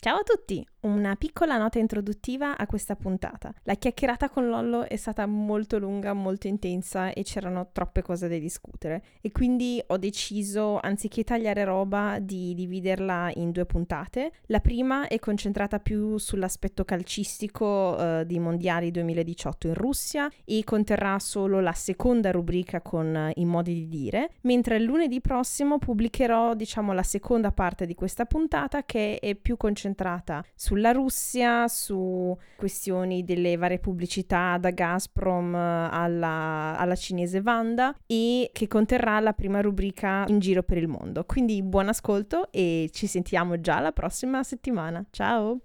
Ciao a tutti! Una piccola nota introduttiva a questa puntata. La chiacchierata con Lollo è stata molto lunga, molto intensa e c'erano troppe cose da discutere e quindi ho deciso, anziché tagliare roba, di dividerla in 2 puntate. La prima è concentrata più sull'aspetto calcistico dei mondiali 2018 in Russia e conterrà solo la seconda rubrica con i modi di dire, mentre lunedì prossimo pubblicherò, la seconda parte di questa puntata che è più concentrata sulla Russia, su questioni delle varie pubblicità da Gazprom alla cinese Wanda e che conterrà la prima rubrica in giro per il mondo. Quindi buon ascolto e ci sentiamo già la prossima settimana. Ciao!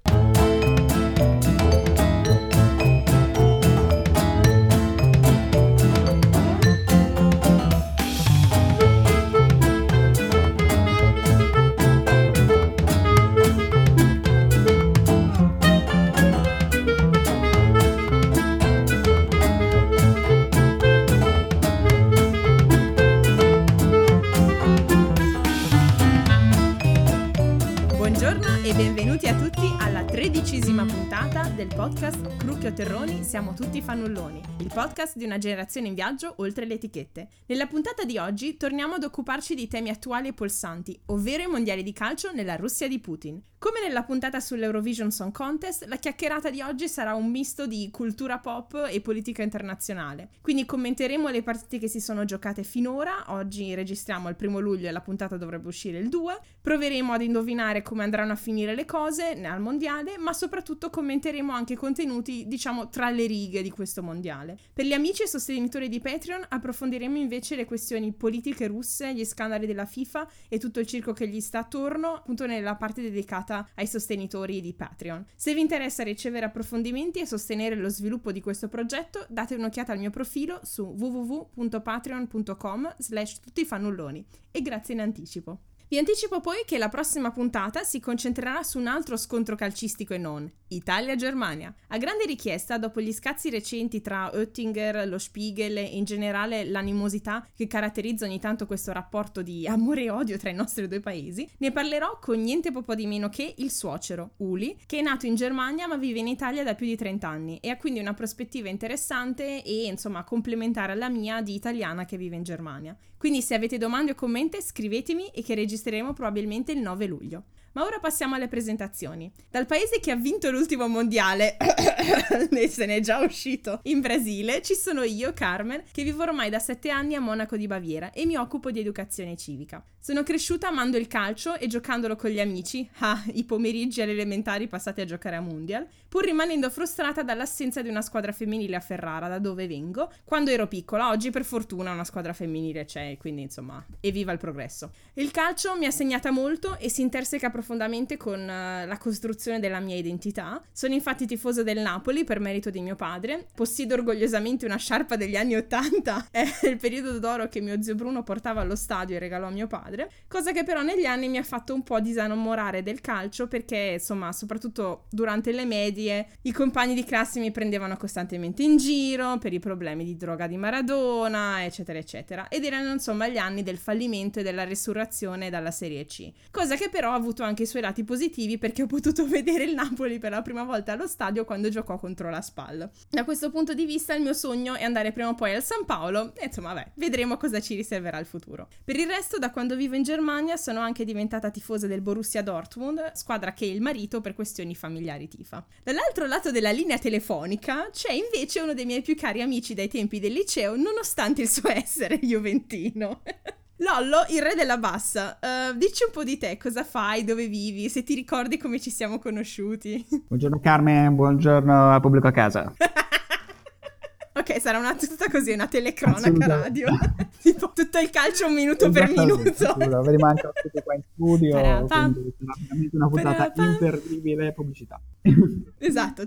E benvenuti a tutti alla 13ª puntata del podcast Crucchio o Terroni, siamo tutti fannulloni, il podcast di una generazione in viaggio oltre le etichette. Nella puntata di oggi torniamo ad occuparci di temi attuali e pulsanti, ovvero i mondiali di calcio nella Russia di Putin. Come nella puntata sull'Eurovision Song Contest, la chiacchierata di oggi sarà un misto di cultura pop e politica internazionale. Quindi commenteremo le partite che si sono giocate finora, oggi registriamo il 1 luglio e la puntata dovrebbe uscire il 2, proveremo ad indovinare come andranno a finire le cose al mondiale, ma soprattutto commenteremo anche contenuti, tra le righe di questo mondiale. Per gli amici e sostenitori di Patreon approfondiremo invece le questioni politiche russe, gli scandali della FIFA e tutto il circo che gli sta attorno, appunto nella parte dedicata ai sostenitori di Patreon. Se vi interessa ricevere approfondimenti e sostenere lo sviluppo di questo progetto, date un'occhiata al mio profilo su www.patreon.com/tuttifannulloni e grazie in anticipo. Vi anticipo poi che la prossima puntata si concentrerà su un altro scontro calcistico e non, Italia-Germania. A grande richiesta, dopo gli scazzi recenti tra Oettinger, lo Spiegel e in generale l'animosità che caratterizza ogni tanto questo rapporto di amore e odio tra i nostri 2 paesi, ne parlerò con niente po' di meno che il suocero, Uli, che è nato in Germania ma vive in Italia da più di 30 anni e ha quindi una prospettiva interessante e complementare alla mia di italiana che vive in Germania. Quindi se avete domande o commenti scrivetemi e che registreremo probabilmente il 9 luglio. Ma ora passiamo alle presentazioni. Dal paese che ha vinto l'ultimo mondiale, se ne è già uscito, in Brasile, ci sono io, Carmen, che vivo ormai da 7 anni a Monaco di Baviera e mi occupo di educazione civica. Sono cresciuta amando il calcio e giocandolo con gli amici, i pomeriggi alle elementari passati a giocare a Mondial, pur rimanendo frustrata dall'assenza di una squadra femminile a Ferrara, da dove vengo, quando ero piccola. Oggi per fortuna una squadra femminile c'è, quindi evviva il progresso. Il calcio mi ha segnata molto e si interseca profondamente con la costruzione della mia identità. Sono infatti tifosa del Napoli per merito di mio padre, possiedo orgogliosamente una sciarpa degli anni 80, è il periodo d'oro che mio zio Bruno portava allo stadio e regalò a mio padre, cosa che però negli anni mi ha fatto un po' disinnamorare del calcio perché soprattutto durante le medie i compagni di classe mi prendevano costantemente in giro per i problemi di droga di Maradona, eccetera eccetera, ed erano gli anni del fallimento e della resurrezione dalla Serie C, cosa che però ha avuto anche i suoi lati positivi perché ho potuto vedere il Napoli per la prima volta allo stadio quando giocò contro la SPAL. Da questo punto di vista il mio sogno è andare prima o poi al San Paolo e vedremo cosa ci riserverà il futuro. Per il resto, da quando vivo in Germania sono anche diventata tifosa del Borussia Dortmund, squadra che il marito per questioni familiari tifa. Dall'altro lato della linea telefonica c'è invece uno dei miei più cari amici dai tempi del liceo, nonostante il suo essere juventino. Lollo, il re della bassa, dici un po' di te, cosa fai, dove vivi, se ti ricordi come ci siamo conosciuti. Buongiorno Carmen, buongiorno al pubblico a casa. Ok, sarà tutta così, una telecronaca radio. Tipo tutto il calcio minuto per minuto. Avremo anche ospite qua in studio, quindi sarà veramente una puntata imperdibile pubblicità. Esatto.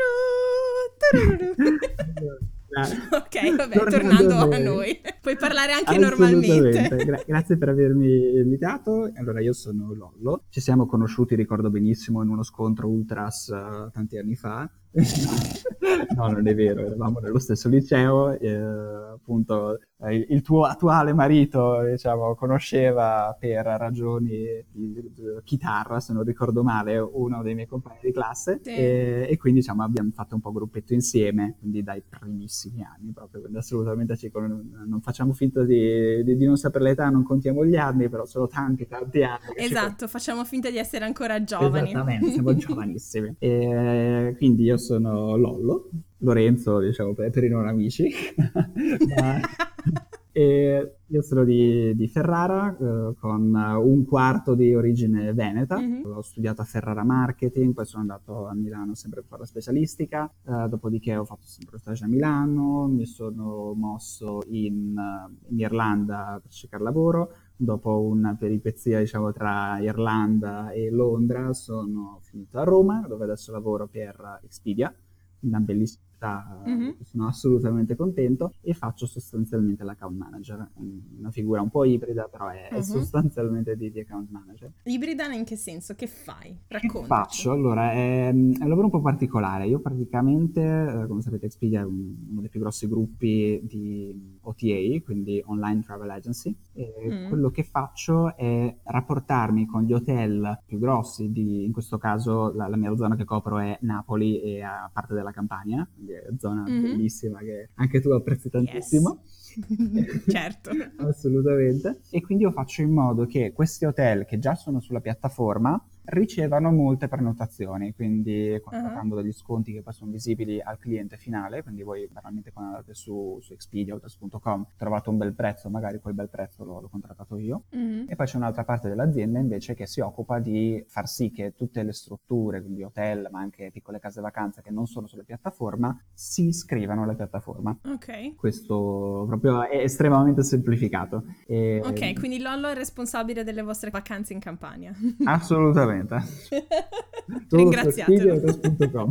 Ok, vabbè, tornando a noi. Puoi parlare anche normalmente. Grazie per avermi invitato. Allora, io sono Lollo. Ci siamo conosciuti, ricordo benissimo, in uno scontro ultras tanti anni fa. No, non è vero, eravamo nello stesso liceo, appunto il tuo attuale marito, diciamo, conosceva per ragioni di chitarra, se non ricordo male, uno dei miei compagni di classe, Sì. e quindi diciamo abbiamo fatto un po' gruppetto insieme, quindi dai primissimi anni proprio, quindi assolutamente non facciamo finta di non sapere l'età, non contiamo gli anni, però sono tanti anni che Esatto, facciamo finta di essere ancora giovani. Esattamente, siamo giovanissimi. E quindi io sono Lollo, Lorenzo, diciamo, per i non amici. Ma- e io sono di Ferrara, con un quarto di origine veneta. Mhm. Ho studiato a Ferrara Marketing, poi sono andato a Milano sempre per fare la specialistica, dopodiché ho fatto sempre stage a Milano, mi sono mosso in Irlanda per cercare lavoro. Dopo una peripezia, diciamo, tra Irlanda e Londra, sono finito a Roma, dove adesso lavoro per Expedia, una bellissima città di Mhm. cui sono assolutamente contento, e faccio sostanzialmente l'account manager, una figura un po' ibrida, però è Mhm. sostanzialmente di account manager. Ibrida in che senso? Che fai? Che Raccontaci. faccio? Allora, è un lavoro un po' particolare. Io praticamente, come sapete, Expedia è uno dei più grossi gruppi di OTA, quindi Online Travel Agency, e Mm. quello che faccio è rapportarmi con gli hotel più grossi, in questo caso la mia zona che copro è Napoli e a parte della Campania, quindi è una zona Mhm. bellissima che anche tu apprezzi Yes. tantissimo. Certo. Assolutamente. E quindi io faccio in modo che questi hotel che già sono sulla piattaforma ricevano molte prenotazioni, quindi Ah. contrattando degli sconti che poi sono visibili al cliente finale, quindi voi banalmente quando andate su Expedia o hotels.com trovate un bel prezzo, magari quel bel prezzo l'ho contrattato io. Mhm. E poi c'è un'altra parte dell'azienda invece che si occupa di far sì che tutte le strutture, quindi hotel, ma anche piccole case vacanze che non sono sulla piattaforma, si iscrivano alla piattaforma. Ok. Questo proprio è estremamente semplificato. Ok, quindi Lollo è responsabile delle vostre vacanze in Campania. Assolutamente. Tutto su Ringraziatelo. expedia.com.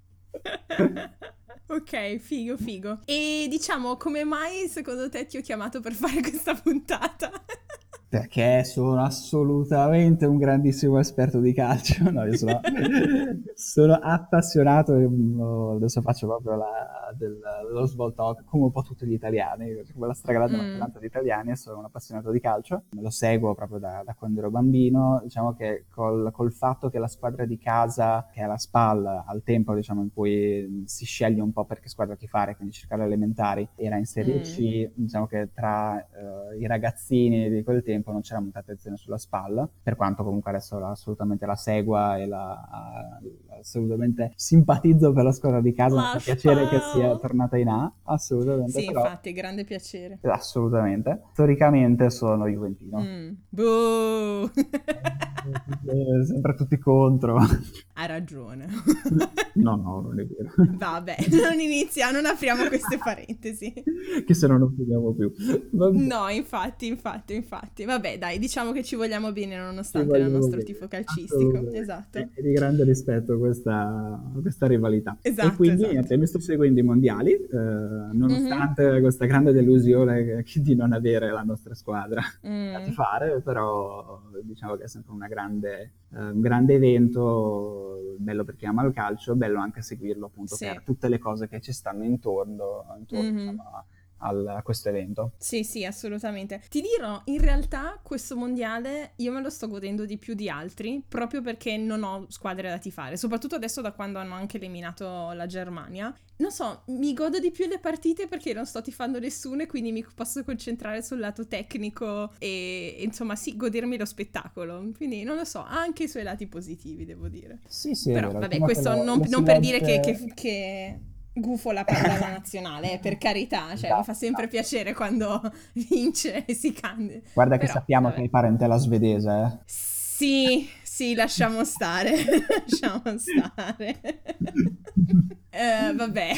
Ok, figo, figo. E diciamo, come mai secondo te ti ho chiamato per fare questa puntata? Perché sono assolutamente un grandissimo esperto di calcio. No, io sono appassionato, e, adesso faccio proprio dello small talk, come un po' tutti gli italiani, come la stragrande Mm, maggioranza di italiani, sono un appassionato di calcio. Me lo seguo proprio da quando ero bambino. Diciamo che col fatto che la squadra di casa, che è la SPAL, al tempo diciamo in cui si sceglie un po' per che squadra tifare, quindi circa le elementari, era in Serie mm, C, diciamo che tra i ragazzini di quel tempo non c'era molta attenzione sulla SPAL, per quanto comunque adesso assolutamente la segua e assolutamente simpatizzo per la squadra di casa, mi la fa piacere che sia Spal! tornata in A, assolutamente, Sì, però infatti, grande piacere. assolutamente. Storicamente sono juventino. Boh! Sempre tutti contro. Hai ragione. No, no, non è vero. Vabbè, non iniziamo, non apriamo queste parentesi. Che se no non finiamo più. Vabbè, No, infatti. Vabbè, dai, diciamo che ci vogliamo bene ci nonostante il vogliamo nostro bene. tifo calcistico. Assolutamente. Esatto. È di grande rispetto questa rivalità. E Esatto, quindi esatto. niente, mi sto seguendo i mondiali, Mhm. nonostante questa grande delusione di non avere la nostra squadra da Mm. tifare, però diciamo che è sempre un grande evento, bello per chi ama il calcio, bello anche seguirlo appunto per Sì. tutte le cose che ci stanno intorno Mhm. diciamo, a questo evento. Sì, sì, assolutamente. Ti dirò, in realtà questo mondiale io me lo sto godendo di più di altri, proprio perché non ho squadre da tifare, soprattutto adesso da quando hanno anche eliminato la Germania. Non so, mi godo di più le partite perché non sto tifando nessuno e quindi mi posso concentrare sul lato tecnico e insomma sì, godermi lo spettacolo. Quindi non lo so, ha anche i suoi lati positivi, devo dire. Sì, sì, è Però vero, vabbè, diciamo che questo lo si non per dire legge. che gufo dalla nazionale, per carità, cioè mi fa Esatto, sempre esatto. piacere quando vince e si candida. Guarda che Però, sappiamo che vabbè. hai parentela svedese, eh. Sì, sì, lasciamo stare, lasciamo stare. Vabbè.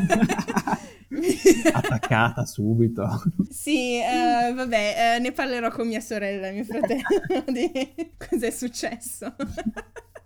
Attaccata subito. Sì, vabbè, ne parlerò con mia sorella e mio fratello di cosa è successo.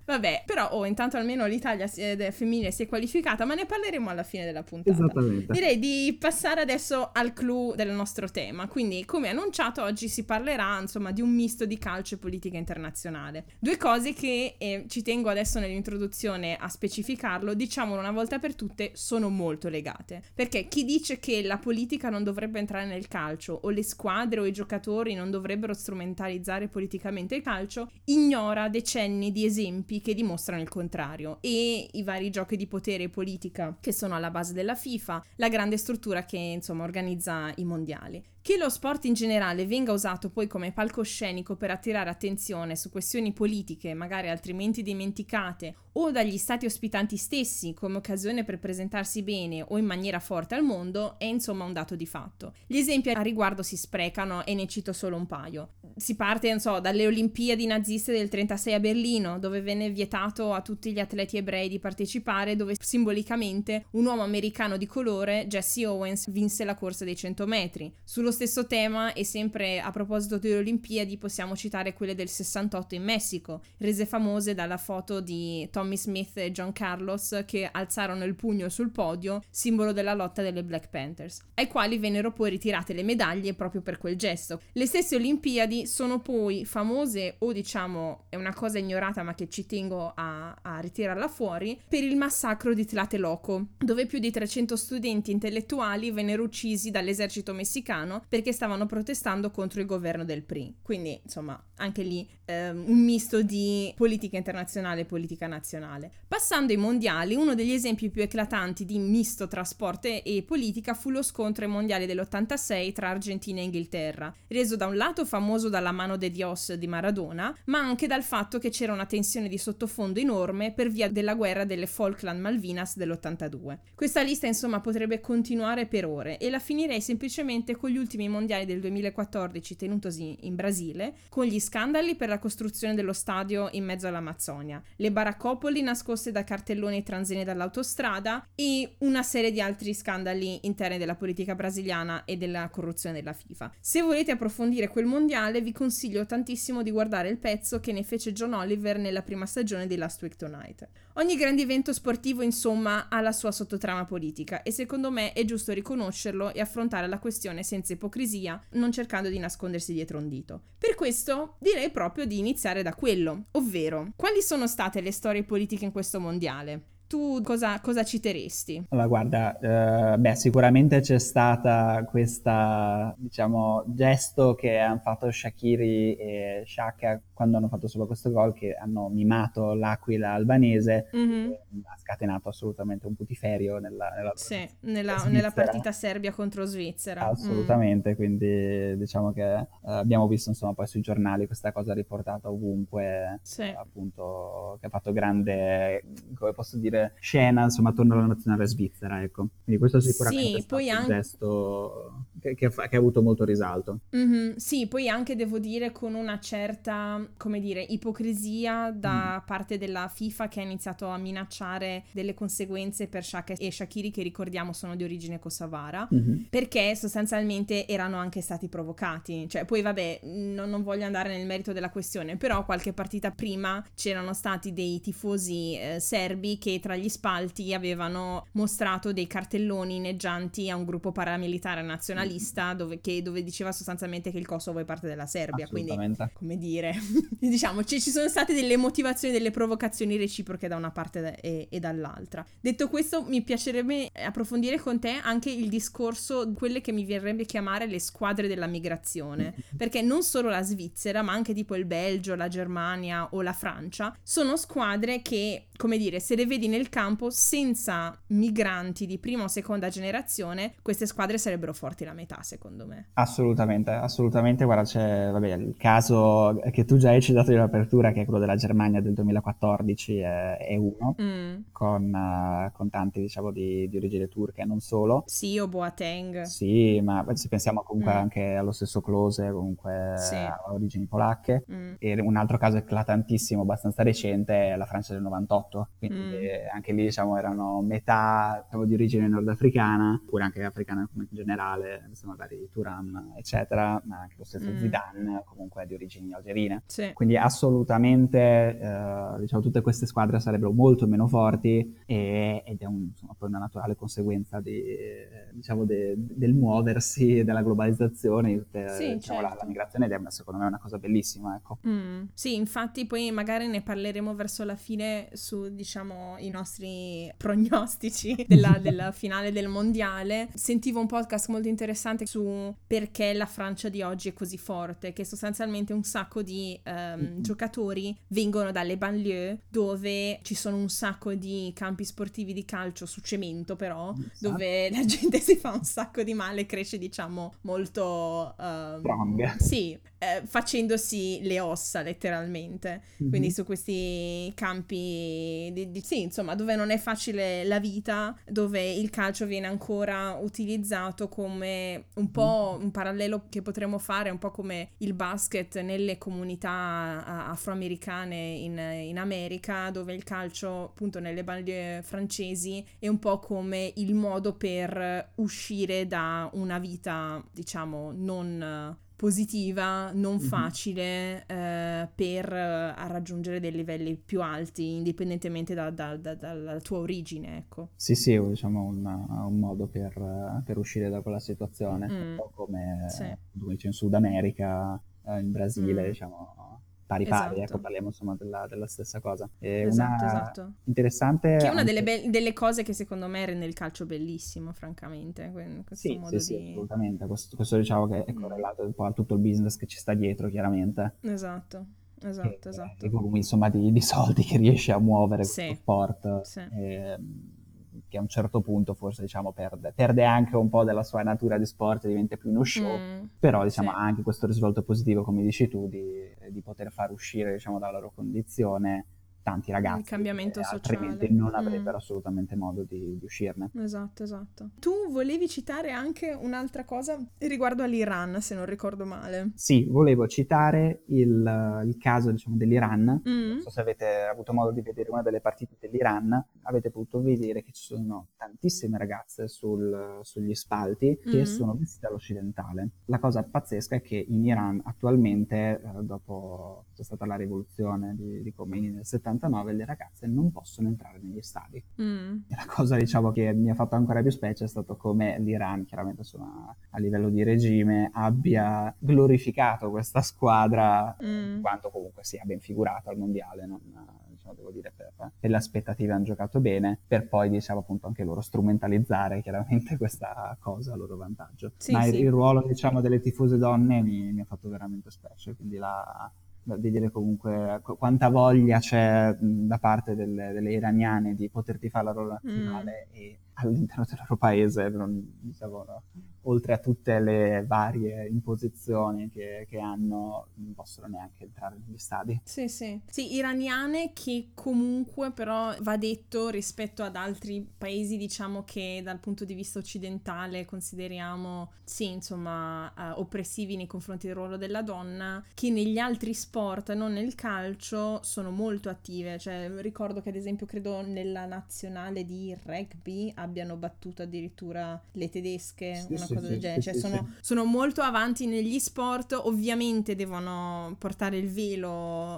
Vabbè, però intanto almeno l'Italia femminile si è qualificata, ma ne parleremo alla fine della puntata. Esattamente. Direi di passare adesso al clou del nostro tema. Quindi, come annunciato, oggi si parlerà, insomma, di un misto di calcio e politica internazionale. Due cose che ci tengo adesso nell'introduzione a specificarlo, diciamolo una volta per tutte, sono molto legate. Perché chi dice che la politica non dovrebbe entrare nel calcio o le squadre o i giocatori non dovrebbero strumentalizzare politicamente il calcio, ignora decenni di esempi che dimostrano il contrario, e i vari giochi di potere e politica che sono alla base della FIFA, la grande struttura che insomma organizza i mondiali. Che lo sport in generale venga usato poi come palcoscenico per attirare attenzione su questioni politiche, magari altrimenti dimenticate, o dagli stati ospitanti stessi come occasione per presentarsi bene o in maniera forte al mondo, è insomma un dato di fatto. Gli esempi a riguardo si sprecano e ne cito solo un paio. Si parte, non so, dalle Olimpiadi naziste del 36 a Berlino, dove venne vietato a tutti gli atleti ebrei di partecipare, dove simbolicamente un uomo americano di colore, Jesse Owens, vinse la corsa dei 100 metri. Sullo stesso tema, e sempre a proposito delle Olimpiadi, possiamo citare quelle del 68 in Messico, rese famose dalla foto di Tommy Smith e John Carlos che alzarono il pugno sul podio, simbolo della lotta delle Black Panthers, ai quali vennero poi ritirate le medaglie proprio per quel gesto. Le stesse Olimpiadi sono poi famose, o diciamo è una cosa ignorata ma che ci tengo a ritirarla fuori, per il massacro di Tlatelolco, dove più di 300 studenti intellettuali vennero uccisi dall'esercito messicano perché stavano protestando contro il governo del PRI. Quindi insomma anche lì un misto di politica internazionale e politica nazionale. Passando ai mondiali, uno degli esempi più eclatanti di misto tra sport e politica fu lo scontro ai mondiali dell'86 tra Argentina e Inghilterra, reso da un lato famoso dalla mano de Dios di Maradona, ma anche dal fatto che c'era una tensione di sottofondo enorme per via della guerra delle Falkland Malvinas dell'82. Questa lista insomma potrebbe continuare per ore e la finirei semplicemente con gli ultimi mondiali del 2014 tenutosi in Brasile, con gli scandali per la costruzione dello stadio in mezzo all'Amazzonia, le baraccopoli nascoste da cartelloni e transenne dall'autostrada e una serie di altri scandali interni della politica brasiliana e della corruzione della FIFA. Se volete approfondire quel mondiale vi consiglio tantissimo di guardare il pezzo che ne fece John Oliver nella prima stagione di Last Week Tonight. Ogni grande evento sportivo insomma ha la sua sottotrama politica e secondo me è giusto riconoscerlo e affrontare la questione senza ipocrisia, non cercando di nascondersi dietro un dito. Per questo direi proprio di iniziare da quello, ovvero quali sono state le storie politiche in questo mondiale? Tu cosa citeresti? Allora, guarda, sicuramente c'è stata questa, diciamo, gesto che hanno fatto Shaqiri e Xhaka quando hanno fatto solo questo gol, che hanno mimato l'aquila albanese, e ha scatenato assolutamente un putiferio nella partita Serbia contro Svizzera. Assolutamente, quindi diciamo che abbiamo visto insomma poi sui giornali questa cosa riportata ovunque, appunto, che ha fatto grande, come posso dire, scena insomma attorno alla nazionale svizzera, ecco. Quindi questo sicuramente è stato un gesto che ha avuto molto risalto. Sì, poi anche devo dire con una certa, come dire, ipocrisia da parte della FIFA, che ha iniziato a minacciare delle conseguenze per Xhaka e Shaqiri, che ricordiamo sono di origine kosovara, perché sostanzialmente erano anche stati provocati. Cioè poi vabbè, non voglio andare nel merito della questione, però qualche partita prima c'erano stati dei tifosi serbi che tra gli spalti avevano mostrato dei cartelloni inneggianti a un gruppo paramilitare nazionalista dove diceva sostanzialmente che il Kosovo è parte della Serbia. Quindi, come dire, diciamo ci sono state delle motivazioni, delle provocazioni reciproche da una parte e dall'altra. Detto questo, mi piacerebbe approfondire con te anche il discorso di quelle che mi verrebbe chiamare le squadre della migrazione, perché non solo la Svizzera, ma anche tipo il Belgio, la Germania o la Francia sono squadre che, come dire, se le vedi nel campo senza migranti di prima o seconda generazione, queste squadre sarebbero forti la metà, secondo me. Assolutamente. Guarda, c'è il caso che tu già hai citato in apertura, che è quello della Germania del 2014, è uno, con tanti, diciamo, di origine turca e non solo. Sì, o Boateng. Sì, ma se pensiamo comunque anche allo stesso Klose, comunque ha origini polacche. E un altro caso eclatantissimo, abbastanza recente, è la Francia del 98, sport, quindi anche lì diciamo erano metà di origine nordafricana, oppure anche africana in generale, magari Thuram eccetera, ma anche lo stesso Zidane comunque è di origini algerine. Sì. Quindi assolutamente diciamo tutte queste squadre sarebbero molto meno forti ed è poi una naturale conseguenza del muoversi e della globalizzazione, Sì, diciamo, certo. la migrazione, ed è secondo me una cosa bellissima, ecco. Sì, infatti poi magari ne parleremo verso la fine su, diciamo, i nostri prognostici della finale del mondiale. Sentivo un podcast molto interessante su perché la Francia di oggi è così forte, che sostanzialmente un sacco di giocatori vengono dalle banlieue, dove ci sono un sacco di campi sportivi di calcio su cemento, però, dove la gente si fa un sacco di male, cresce, diciamo, molto strong. sì, facendosi le ossa letteralmente. Quindi su questi campi sì, insomma, dove non è facile la vita, dove il calcio viene ancora utilizzato come un po' un parallelo che potremmo fare, un po' come il basket nelle comunità afroamericane in America, dove il calcio appunto nelle banlieue francesi è un po' come il modo per uscire da una vita, diciamo, non positiva, non facile, per raggiungere dei livelli più alti, indipendentemente dalla tua origine, ecco. Sì, diciamo un modo per uscire da quella situazione, un po' come in Sud America, in Brasile, diciamo pari, ecco, parliamo insomma della stessa cosa. Esatto. Interessante. Che è una delle cose che secondo me rende il calcio bellissimo, francamente. Questo modo sì, assolutamente. Questo diciamo che è correlato un po' a tutto il business che ci sta dietro, chiaramente. Esatto. I volumi insomma di soldi che riesce a muovere questo sport. Che a un certo punto forse diciamo perde anche un po' della sua natura di sport, diventa più uno show, però diciamo ha anche questo risvolto positivo, come dici tu, di poter far uscire diciamo dalla loro condizione tanti ragazzi il cambiamento che sociale altrimenti non avrebbero assolutamente modo di uscirne. Esatto. Tu volevi citare anche un'altra cosa riguardo all'Iran, se non ricordo male. Sì, volevo citare il caso diciamo dell'Iran. Non so se avete avuto modo di vedere una delle partite dell'Iran, avete potuto vedere che ci sono tantissime ragazze sugli spalti che sono vestite all'occidentale. La cosa pazzesca è che in Iran attualmente, dopo c'è stata la rivoluzione di Khomeini nel 79, le ragazze non possono entrare negli stadi. E la cosa diciamo che mi ha fatto ancora più specie è stato come l'Iran, chiaramente insomma, a livello di regime, abbia glorificato questa squadra, quanto comunque sia ben figurata al mondiale, diciamo, devo dire per le aspettative hanno giocato bene, per poi diciamo appunto anche loro strumentalizzare chiaramente questa cosa a loro vantaggio. Il ruolo diciamo delle tifose donne mi ha fatto veramente specie, quindi vedere comunque quanta voglia c'è da parte delle iraniane di poter tifare la loro nazionale e all'interno del loro paese, diciamo, oltre a tutte le varie imposizioni che hanno, non possono neanche entrare negli stadi. Sì, iraniane che comunque però va detto rispetto ad altri paesi, diciamo, che dal punto di vista occidentale consideriamo, oppressivi nei confronti del ruolo della donna, che negli altri sport, non nel calcio, sono molto attive. Cioè, ricordo che ad esempio credo nella nazionale di rugby abbiano battuto addirittura le tedesche, cosa del genere. Sono molto avanti negli sport, ovviamente devono portare il velo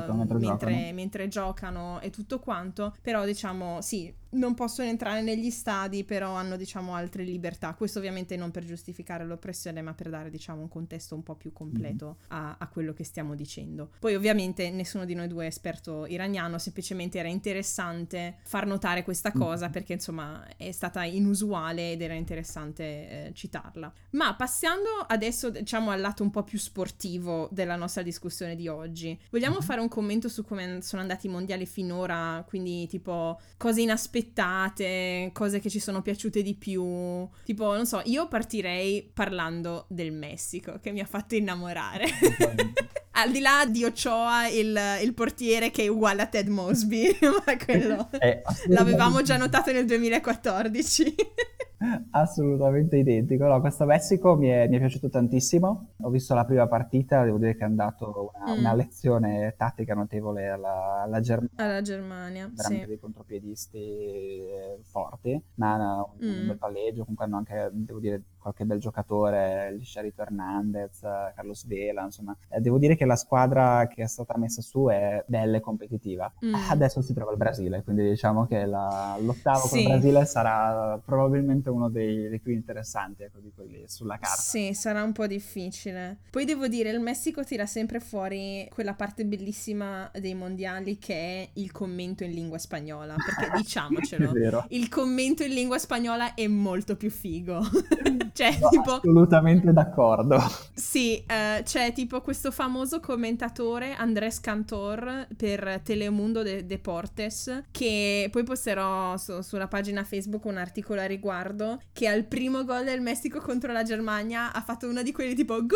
mentre giocano e tutto quanto, però diciamo non possono entrare negli stadi, però hanno diciamo altre libertà. Questo ovviamente non per giustificare l'oppressione, ma per dare diciamo un contesto un po' più completo a quello che stiamo dicendo. Poi ovviamente nessuno di noi due è esperto iraniano, semplicemente era interessante far notare questa cosa perché insomma è stata inusuale ed era interessante citarla. Ma passando adesso diciamo al lato un po' più sportivo della nostra discussione di oggi, vogliamo fare un commento su come sono andati i mondiali finora, quindi tipo cose inaspettate, cose che ci sono piaciute di più, tipo non so, io partirei parlando del Messico che mi ha fatto innamorare. Al di là di Ochoa, il portiere che è uguale a Ted Mosby, ma quello l'avevamo già notato nel 2014. Assolutamente identico. No, questo Messico mi è piaciuto tantissimo. Ho visto la prima partita, devo dire che hanno dato una Mm, lezione tattica notevole alla Germania, alla Germania, veramente sì. dei contropiedisti forti, ma un bel Mm, palleggio, comunque hanno anche, devo dire, qualche bel giocatore, il Chicharito Hernandez, Carlos Vela, insomma. Devo dire che la squadra che è stata messa su è bella e competitiva. mm. Adesso si trova il Brasile, quindi diciamo che l'ottavo col Sì. Brasile sarà probabilmente uno dei più interessanti, ecco, di quelli sulla carta. Sì, sarà un po' difficile. Poi devo dire, il Messico tira sempre fuori quella parte bellissima dei mondiali che è il commento in lingua spagnola, perché È diciamocelo, vero. il commento in lingua spagnola è molto più figo. Cioè, Sono tipo, assolutamente d'accordo. sì, c'è tipo questo famoso commentatore Andrés Cantor per Telemundo Deportes, che poi posterò sulla pagina Facebook un articolo a riguardo, che al primo gol del Messico contro la Germania ha fatto uno di quelli tipo gol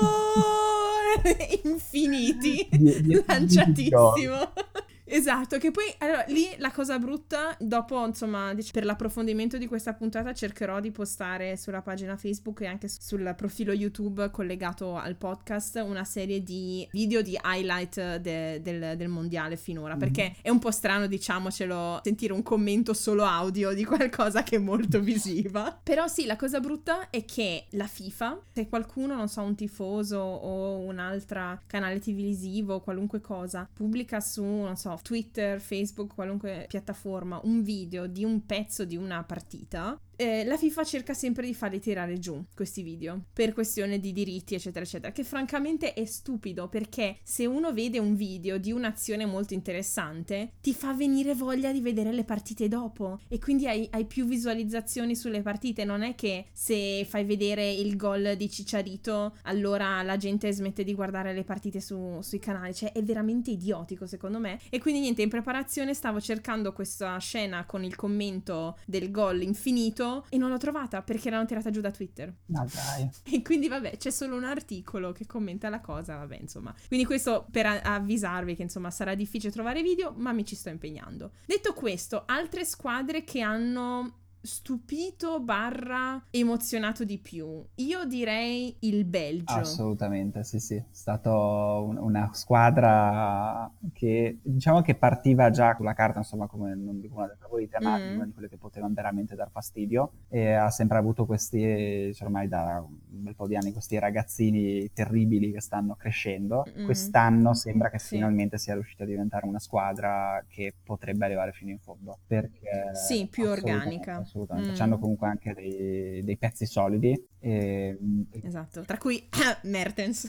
infiniti, 10 minuti di gol. lanciatissimo. Esatto, che poi allora lì la cosa brutta, dopo insomma per l'approfondimento di questa puntata cercherò di postare sulla pagina Facebook e anche sul profilo YouTube collegato al podcast una serie di video di highlight del mondiale finora, perché è un po' strano, diciamocelo, sentire un commento solo audio di qualcosa che è molto visiva. Però sì, la cosa brutta è che la FIFA, se qualcuno, non so, un tifoso o un'altra canale televisivo, qualunque cosa, pubblica su, non so, Twitter, Facebook, qualunque piattaforma, un video di un pezzo di una partita, la FIFA cerca sempre di farli tirare giù questi video per questione di diritti eccetera eccetera, che francamente è stupido, perché se uno vede un video di un'azione molto interessante ti fa venire voglia di vedere le partite dopo e quindi hai più visualizzazioni sulle partite. Non è che se fai vedere il gol di Cicciarito allora la gente smette di guardare le partite sui canali, cioè è veramente idiotico secondo me. E quindi niente, in preparazione stavo cercando questa scena con il commento del gol infinito e non l'ho trovata perché l'hanno tirata giù da Twitter. Ma dai. E quindi vabbè, c'è solo un articolo che commenta la cosa, vabbè insomma. Quindi questo per avvisarvi che insomma sarà difficile trovare video, ma mi ci sto impegnando. Detto questo, altre squadre che hanno stupito barra emozionato di più, io direi il Belgio. Assolutamente, sì, sì. È stata una squadra che diciamo che partiva già con la carta, insomma, come non dico una delle favorite, ma una di quelle che potevano veramente dar fastidio. E ha sempre avuto questi, cioè ormai da un bel po' di anni, questi ragazzini terribili che stanno crescendo. Mm, Quest'anno sembra che sì, finalmente sia riuscita a diventare una squadra che potrebbe arrivare fino in fondo. sì, Perché più assolutamente, organica. assolutamente. Mm, C'hanno comunque anche dei pezzi solidi. E esatto, tra cui Mertens.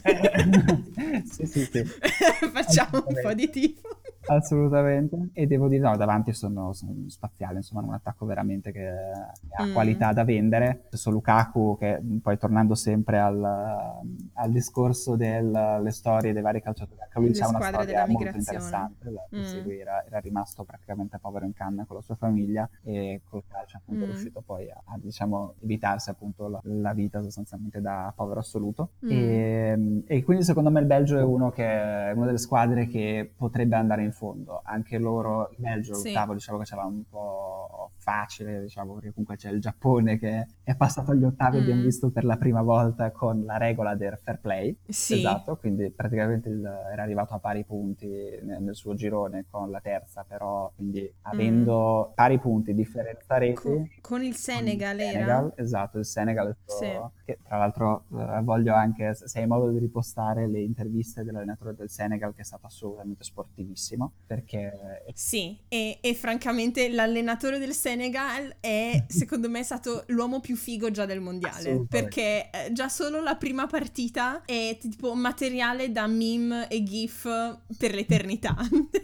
sì, sì, sì, Facciamo un po' di assolutamente. tifo. Assolutamente, e devo dire, no, davanti sono spaziali, insomma, hanno un attacco veramente che ha Mm, qualità da vendere. Stesso Lukaku, che poi tornando sempre al discorso delle storie dei vari calciatori, anche lui le c'ha una squadre della storia molto migrazione. interessante, per Mm, cui era rimasto praticamente povero in canna con la sua famiglia e col calcio appunto è mm, riuscito poi diciamo, evitarsi appunto la vita sostanzialmente da povero assoluto. mm, E quindi secondo me il Belgio è una delle squadre che potrebbe andare in fondo. Anche loro, il Belgio, sì, l'ottavo, diciamo che c'era un po' facile, diciamo, perché comunque c'è il Giappone che è passato agli ottavi, abbiamo mm, visto per la prima volta con la regola del fair play. sì. Esatto, quindi praticamente era arrivato a pari punti nel suo girone con la terza, però quindi Mm. avendo pari punti, differenza reti Con il con il Senegal era? Senegal, esatto, il Senegal, Sì. che tra l'altro voglio anche, se hai modo di ripostare le interviste dell'allenatore del Senegal, che è stato assolutamente sportivissimo, perché Sì, e francamente l'allenatore del Senegal è, secondo me, stato l'uomo più figo già del mondiale, assolutamente. perché già solo la prima partita è tipo materiale da meme e gif per l'eternità.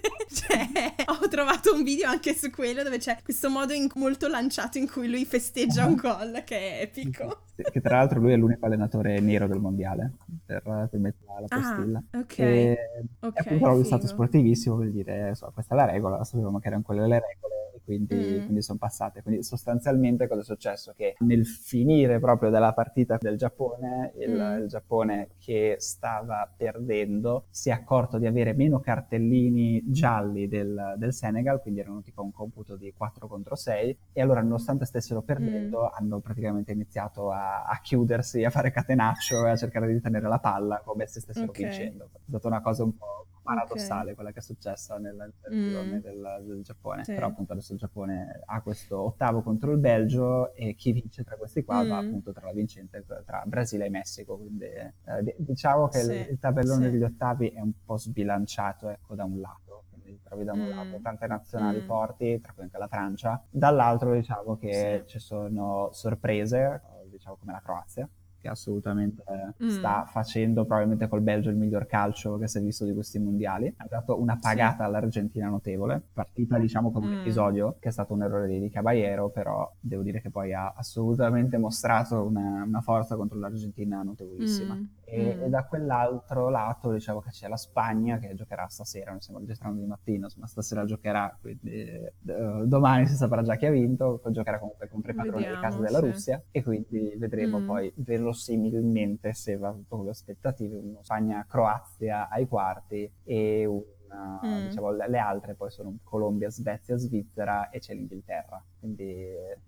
Cioè, ho trovato un video anche su quello dove c'è questo modo molto lanciato in cui lui festeggia un gol, che è Sì, sì, epico. sì, che tra l'altro lui è l'unico allenatore nero del mondiale, per mettere la Ah, postilla. ok, E ok, appunto lui è stato figo. sportivissimo, vuol dire, insomma, questa è la regola, sapevamo che erano quelle le regole, e quindi sono passate. Quindi sostanzialmente cosa è successo? Che nel finire proprio della partita del Giappone, il Giappone che stava perdendo si è accorto di avere meno cartellini gialli del Senegal, quindi erano tipo un computo di 4 contro 6, e allora nonostante stessero perdendo hanno praticamente iniziato a chiudersi, a fare catenaccio e a cercare di tenere la palla come se stessero vincendo. È stata una cosa un po' paradossale quella che è successa nel girone del Giappone. Però appunto adesso il Giappone ha questo ottavo contro il Belgio e chi vince tra questi qua va appunto tra la vincente tra Brasile e Messico, quindi diciamo che il tabellone degli ottavi è un po' sbilanciato, ecco, da un lato. Quindi trovi da un lato tante nazionali forti, tra cui anche la Francia, dall'altro diciamo che ci sono sorprese, diciamo come la Croazia, che assolutamente sta facendo probabilmente col Belgio il miglior calcio che si è visto di questi mondiali. Ha dato una pagata all'Argentina notevole, partita diciamo come un episodio, che è stato un errore di Caballero, però devo dire che poi ha assolutamente mostrato una forza contro l'Argentina notevolissima. E da quell'altro lato diciamo che c'è la Spagna che giocherà stasera, noi stiamo registrando di mattina, ma stasera giocherà, quindi domani si saprà già chi ha vinto, poi giocherà comunque contro i padroni di casa della Russia, e quindi vedremo poi verosimilmente, se va tutto con le aspettative, una Spagna-Croazia ai quarti e diciamo, le altre poi sono Colombia, Svezia, Svizzera e c'è l'Inghilterra. Quindi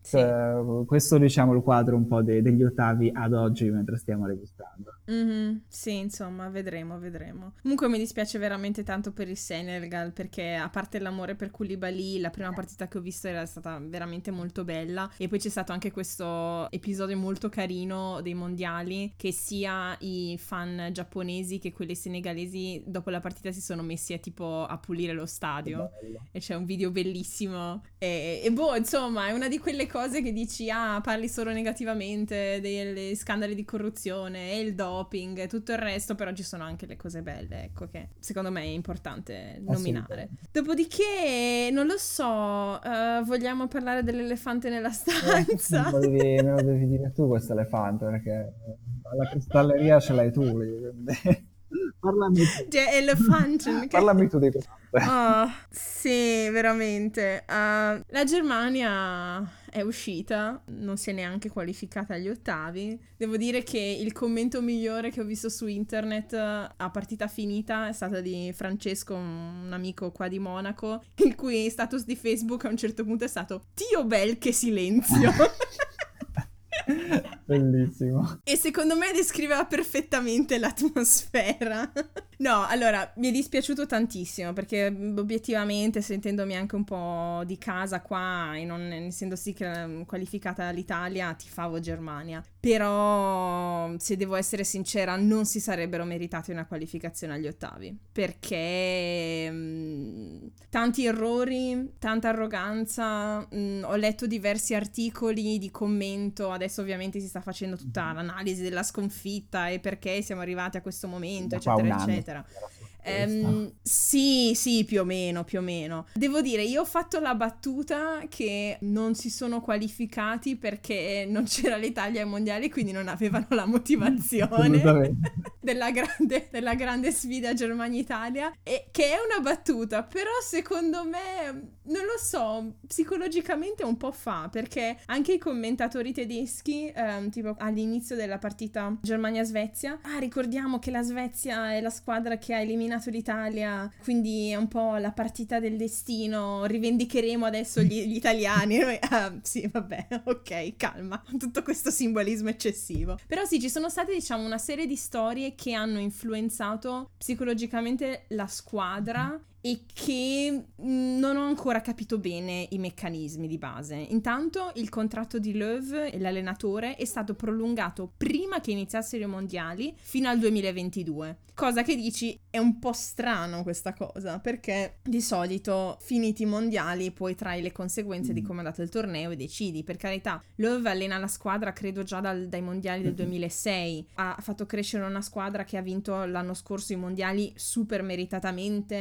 questo diciamo il quadro un po' degli ottavi ad oggi mentre stiamo registrando. Sì, insomma, vedremo. Comunque mi dispiace veramente tanto per il Senegal, perché a parte l'amore per Koulibaly, la prima partita che ho visto era stata veramente molto bella, e poi c'è stato anche questo episodio molto carino dei mondiali, che sia i fan giapponesi che quelli senegalesi dopo la partita si sono messi a pulire lo stadio, e c'è un video bellissimo e boh, insomma, è una di quelle cose che dici, parli solo negativamente degli scandali di corruzione e il doping e tutto il resto, però ci sono anche le cose belle, ecco, che secondo me è importante nominare. Dopodiché, non lo so, vogliamo parlare dell'elefante nella stanza? Me lo devi dire tu questo elefante, perché alla cristalleria ce l'hai tu lì, quindi... Parlami tu. Elefante. Parlami tu di questo. Sì, veramente. La Germania è uscita, non si è neanche qualificata agli ottavi. Devo dire che il commento migliore che ho visto su internet a partita finita è stato di Francesco, un amico qua di Monaco, il cui status di Facebook a un certo punto è stato "Dio bel che silenzio". Bellissimo. E secondo me descriveva perfettamente l'atmosfera. No, allora, mi è dispiaciuto tantissimo, perché obiettivamente, sentendomi anche un po' di casa qua e non essendosi qualificata l'Italia, tifavo Germania. Però, se devo essere sincera, non si sarebbero meritati una qualificazione agli ottavi, perché tanti errori, tanta arroganza, ho letto diversi articoli di commento, adesso ovviamente si sta facendo tutta l'analisi della sconfitta e perché siamo arrivati a questo momento, eccetera, eccetera. Sì, più o meno. Devo dire, io ho fatto la battuta che non si sono qualificati perché non c'era l'Italia ai mondiali, quindi non avevano la motivazione della grande sfida Germania-Italia, e che è una battuta, però secondo me, non lo so, psicologicamente un po' fa, perché anche i commentatori tedeschi, tipo all'inizio della partita Germania-Svezia, ricordiamo che la Svezia è la squadra che ha eliminato l'Italia, quindi è un po' la partita del destino, rivendicheremo adesso gli italiani. Noi, sì, vabbè, ok, calma, tutto questo simbolismo eccessivo. Però sì, ci sono state, diciamo, una serie di storie che hanno influenzato psicologicamente la squadra e che non ho ancora capito bene i meccanismi di base. Intanto il contratto di Löw, l'allenatore, è stato prolungato prima che iniziassero i mondiali fino al 2022. Cosa che dici è un po' strano questa cosa, perché di solito finiti i mondiali poi trai le conseguenze di come è andato il torneo e decidi. Per carità, Löw allena la squadra credo già dai mondiali del 2006, ha fatto crescere una squadra che ha vinto l'anno scorso i mondiali super meritatamente, che ha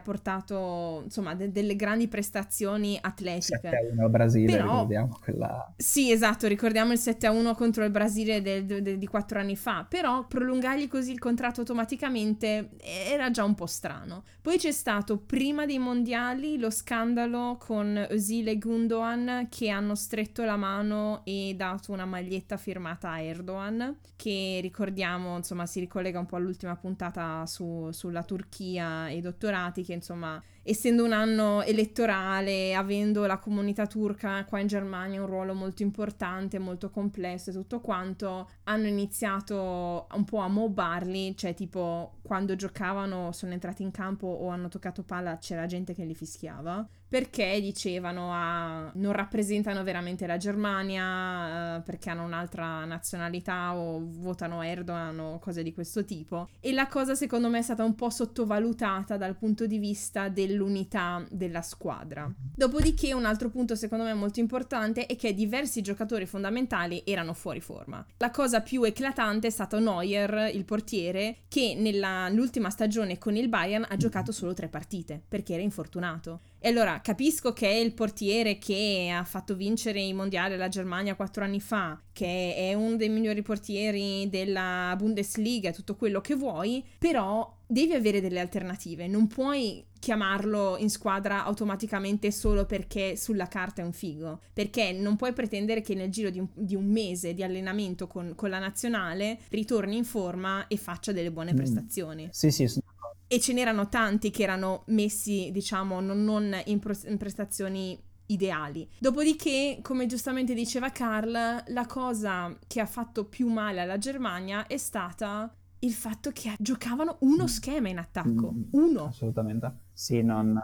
portato insomma delle grandi prestazioni atletiche. 7-1 al Brasile, Però ricordiamo quella. sì, esatto, ricordiamo il 7-1 contro il Brasile di 4 anni fa, però prolungargli così il contratto automaticamente era già un po' strano. Poi c'è stato, prima dei mondiali, lo scandalo con Özil e Gundogan, che hanno stretto la mano e dato una maglietta firmata a Erdogan, che ricordiamo, insomma, si ricollega un po' all'ultima puntata sulla Turchia e i dottorati, che insomma, essendo un anno elettorale, avendo la comunità turca qua in Germania un ruolo molto importante, molto complesso e tutto quanto, hanno iniziato un po' a mobbarli, cioè tipo quando giocavano, sono entrati in campo o hanno toccato palla, c'era gente che li fischiava, perché dicevano non rappresentano veramente la Germania, perché hanno un'altra nazionalità o votano Erdogan o cose di questo tipo. E la cosa secondo me è stata un po' sottovalutata dal punto di vista dell'unità della squadra. Dopodiché un altro punto secondo me molto importante è che diversi giocatori fondamentali erano fuori forma. La cosa più eclatante è stato Neuer, il portiere, che nell'ultima stagione con il Bayern ha giocato solo 3 partite perché era infortunato. E allora capisco che è il portiere che ha fatto vincere i mondiali alla Germania 4 anni fa, che è uno dei migliori portieri della Bundesliga, tutto quello che vuoi, però devi avere delle alternative, non puoi chiamarlo in squadra automaticamente solo perché sulla carta è un figo, perché non puoi pretendere che nel giro di un mese di allenamento con la nazionale ritorni in forma e faccia delle buone prestazioni. Sì, sì, E ce n'erano tanti che erano messi, diciamo, non in prestazioni ideali. Dopodiché, come giustamente diceva Carl, la cosa che ha fatto più male alla Germania è stata il fatto che giocavano uno schema in attacco. Uno. Assolutamente. Sì, non.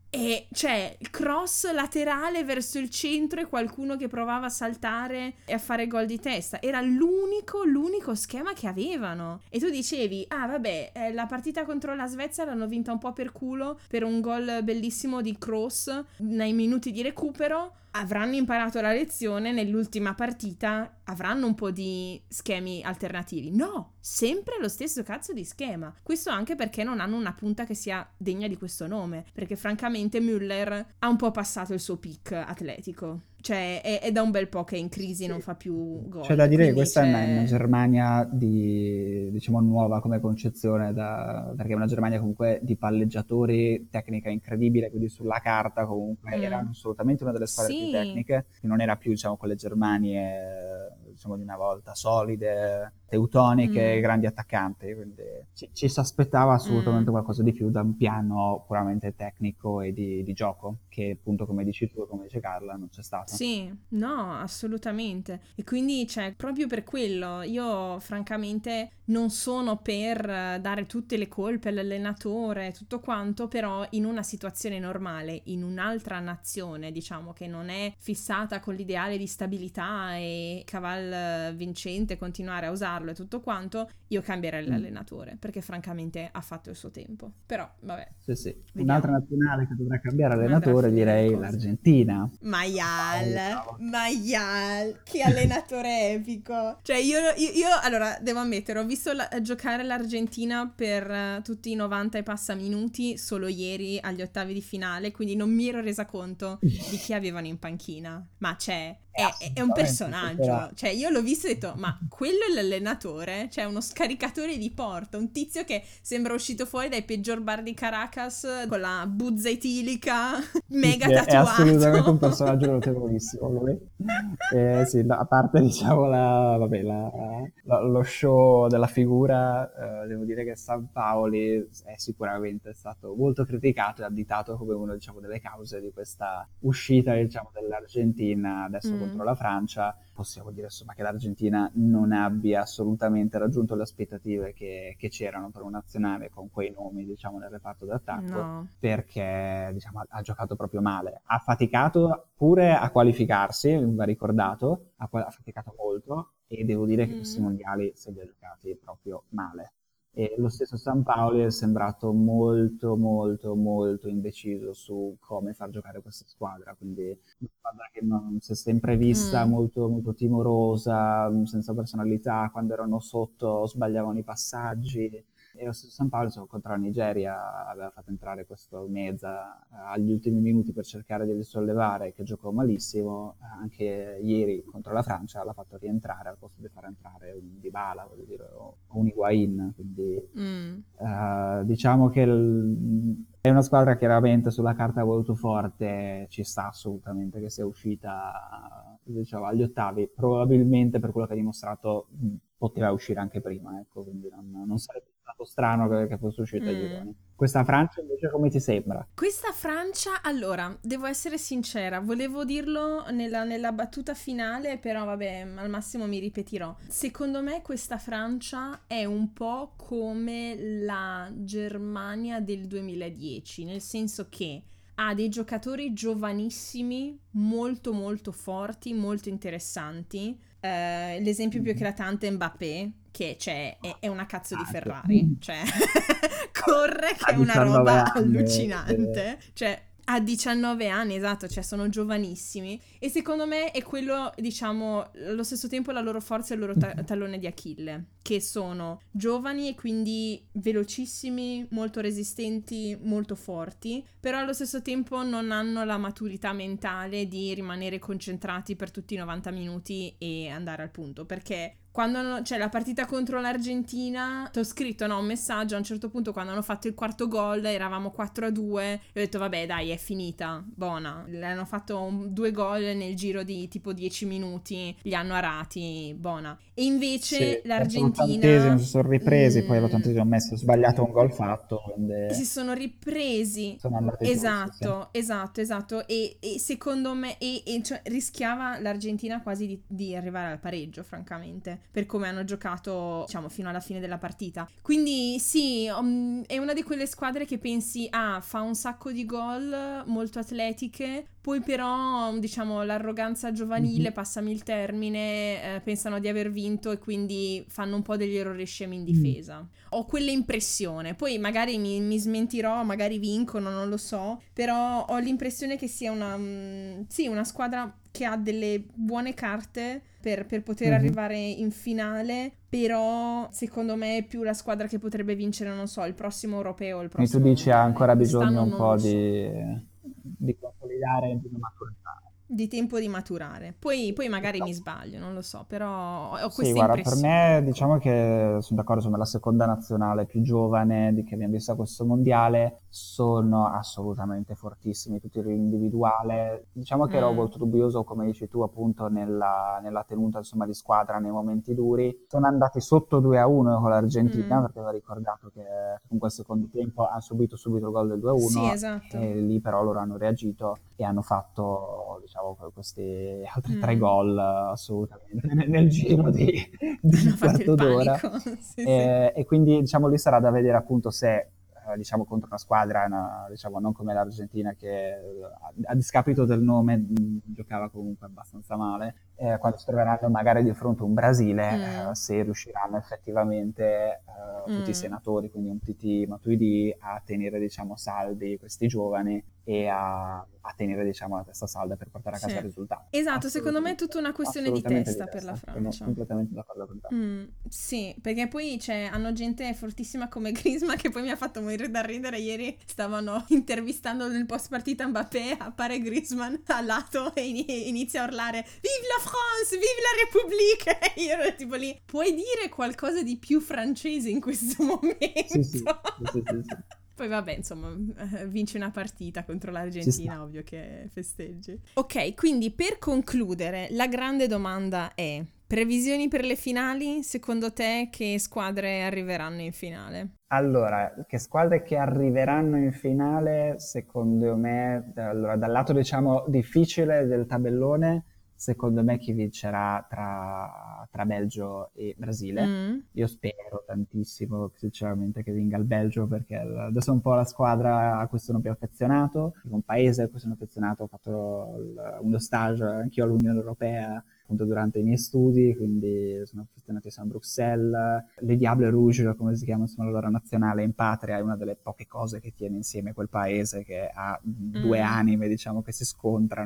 E cioè, cross laterale verso il centro e qualcuno che provava a saltare e a fare gol di testa. Era l'unico schema che avevano. E tu dicevi, ah vabbè, la partita contro la Svezia l'hanno vinta un po' per culo, per un gol bellissimo di Kroos nei minuti di recupero. Avranno imparato la lezione nell'ultima partita, avranno un po' di schemi alternativi. No, sempre lo stesso cazzo di schema. Questo anche perché non hanno una punta che sia degna di questo nome, perché francamente Müller ha un po' passato il suo peak atletico. Cioè è da un bel po' che è in crisi, non fa più gol. C'è da dire che Quindi questa è una Germania diciamo, nuova come concezione, perché è una Germania comunque di palleggiatori, tecnica incredibile, quindi sulla carta comunque era assolutamente una delle squadre più sì. tecniche, che non era più, diciamo, quelle Germanie, diciamo, di una volta, solide, teutoniche, grandi attaccanti, quindi ci si aspettava assolutamente qualcosa di più da un piano puramente tecnico e di gioco, che appunto, come dici tu, come dice Carla, non c'è stato. Sì, no, assolutamente. E quindi, cioè, proprio per quello, io francamente non sono per dare tutte le colpe all'allenatore e tutto quanto, però in una situazione normale, in un'altra nazione, diciamo, che non è fissata con l'ideale di stabilità e caval vincente, continuare a usarlo e tutto quanto, io cambierei l'allenatore, perché francamente ha fatto il suo tempo. Però, vabbè. Sì, sì. Vediamo. Un'altra nazionale che dovrà cambiare Come andrà a allenatore, finire direi le cose. l'Argentina. Maial, che allenatore epico. Cioè io allora devo ammettere, ho visto giocare l'Argentina per tutti i 90 e passa minuti solo ieri agli ottavi di finale, quindi non mi ero resa conto di chi avevano in panchina. Ma è un personaggio. Cioè io l'ho visto e ho detto, ma quello è l'allenatore? Cioè uno scaricatore di porta, un tizio che sembra uscito fuori dai peggior bar di Caracas con la buzza etilica, mega tatuato. È assolutamente un personaggio notevolissimo lui. Sì, a parte, diciamo, lo show della figura, devo dire che Sampaoli è sicuramente stato molto criticato e additato come uno, diciamo, delle cause di questa uscita, diciamo, dell'Argentina adesso contro la Francia. Possiamo dire, insomma, che l'Argentina non abbia assolutamente raggiunto le aspettative che c'erano per un nazionale con quei nomi, diciamo, nel reparto d'attacco, perché, diciamo, ha giocato proprio male. Ha faticato pure a qualificarsi, va ricordato, ha faticato molto, e devo dire che questi mondiali se li ha giocati proprio male. E lo stesso Sampaoli è sembrato molto, molto, molto indeciso su come far giocare questa squadra, quindi una squadra che non si è sempre vista molto, molto timorosa, senza personalità, quando erano sotto sbagliavano i passaggi, E lo stesso San Paolo, contro la Nigeria, aveva fatto entrare questo Meza agli ultimi minuti per cercare di risollevare, che giocò malissimo. Anche ieri contro la Francia l'ha fatto rientrare al posto di far entrare un Dybala, voglio dire, o un Higuain. Quindi diciamo che è una squadra chiaramente sulla carta molto forte, ci sta assolutamente che sia uscita, diciamo, agli ottavi. Probabilmente per quello che ha dimostrato poteva uscire anche prima, ecco, quindi non sarebbe stato strano che fosse uscita ai gironi. Questa Francia invece come ti sembra? Questa Francia, allora, devo essere sincera, volevo dirlo nella battuta finale, però vabbè, al massimo mi ripetirò. Secondo me questa Francia è un po' come la Germania del 2010, nel senso che ha dei giocatori giovanissimi, molto molto forti, molto interessanti. L'esempio più eclatante è Mbappé, che è una cazzo di Ferrari, cioè corre che è una roba allucinante, cioè a 19 anni, esatto, cioè sono giovanissimi e secondo me è quello, diciamo, allo stesso tempo la loro forza e il loro tallone di Achille, che sono giovani e quindi velocissimi, molto resistenti, molto forti, però allo stesso tempo non hanno la maturità mentale di rimanere concentrati per tutti i 90 minuti e andare al punto, perché quando c'è la partita contro l'Argentina, ti ho scritto un messaggio a un certo punto quando hanno fatto il quarto gol, eravamo 4-2 e ho detto vabbè dai è finita, buona, hanno fatto 2 gol nel giro di tipo 10 minuti, li hanno arati, buona. E invece sì, l'Argentina si sono ripresi, poi all'80esimo hanno messo sbagliato un gol fatto, quindi si sono ripresi. sono andati giù, sì. Esatto. E secondo me cioè, rischiava l'Argentina quasi di arrivare al pareggio, francamente, per come hanno giocato, diciamo, fino alla fine della partita. Quindi sì, è una di quelle squadre che pensi, fa un sacco di gol, molto atletiche, poi però, diciamo, l'arroganza giovanile, passami il termine, pensano di aver vinto e quindi fanno un po' degli errori scemi in difesa. Ho quell'impressione, poi magari mi smentirò, magari vincono, non lo so, però ho l'impressione che sia una squadra che ha delle buone carte per poter arrivare in finale, però secondo me è più la squadra che potrebbe vincere, non so, il prossimo europeo o il Quindi tu prossimo dici ha mondiale. ancora bisogno Quest'anno un non po' lo so. di consolidare e di maturità. Di tempo di maturare. Poi magari mi sbaglio, non lo so, però ho Sì, questa guarda, per impressione, me ecco. diciamo che sono d'accordo, insomma, la seconda nazionale più giovane di che abbiamo visto a questo mondiale, sono assolutamente fortissimi, tutti l'individuale. Diciamo che ero molto dubbioso, come dici tu, appunto, nella tenuta, insomma, di squadra nei momenti duri. Sono andati sotto 2-1 con l'Argentina, perché avevo ricordato che comunque al secondo tempo hanno subito il gol del Sì, 2-1 esatto. e lì però loro hanno reagito e hanno fatto, diciamo, questi altri 3 gol assolutamente nel giro di Hanno un fatto il quarto d'ora. panico. Sì, sì. E quindi diciamo lì sarà da vedere appunto se diciamo contro una squadra diciamo non come l'Argentina che a discapito del nome giocava comunque abbastanza male, quando si troveranno magari di fronte a un Brasile, se riusciranno effettivamente tutti i senatori, quindi un TT Matuidi, a tenere diciamo saldi questi giovani e a tenere diciamo la testa salda per portare a casa il Sì. risultato. Esatto, secondo me è Assolutamente, tutta una questione di assolutamente di testa per la testa, sono Francia. completamente d'accordo con te. Sì, perché poi hanno gente fortissima come Griezmann che poi mi ha fatto morire da ridere. Ieri stavano intervistando nel post partita Mbappé, appare Griezmann al lato e inizia a urlare Vive la France, vive la République! E io ero tipo lì, puoi dire qualcosa di più francese in questo momento? Sì. Poi vabbè, insomma, vinci una partita contro Ci sta. l'Argentina, ovvio che festeggi. Ok, quindi per concludere, la grande domanda è: previsioni per le finali? Secondo te che squadre arriveranno in finale? Allora, che squadre che arriveranno in finale, secondo me, allora, dal lato diciamo difficile del tabellone, secondo me chi vincerà tra Belgio e Brasile. Io spero tantissimo, sinceramente, che vinca il Belgio perché adesso è un po' la squadra a cui sono più affezionato, un paese a cui sono affezionato, ho fatto uno stage anch'io all'Unione Europea appunto durante i miei studi, quindi sono affezionatissimo a Bruxelles. Les Diables Rouges, come si chiama insomma la loro nazionale in patria, è una delle poche cose che tiene insieme quel paese che ha due anime, diciamo, che si scontrano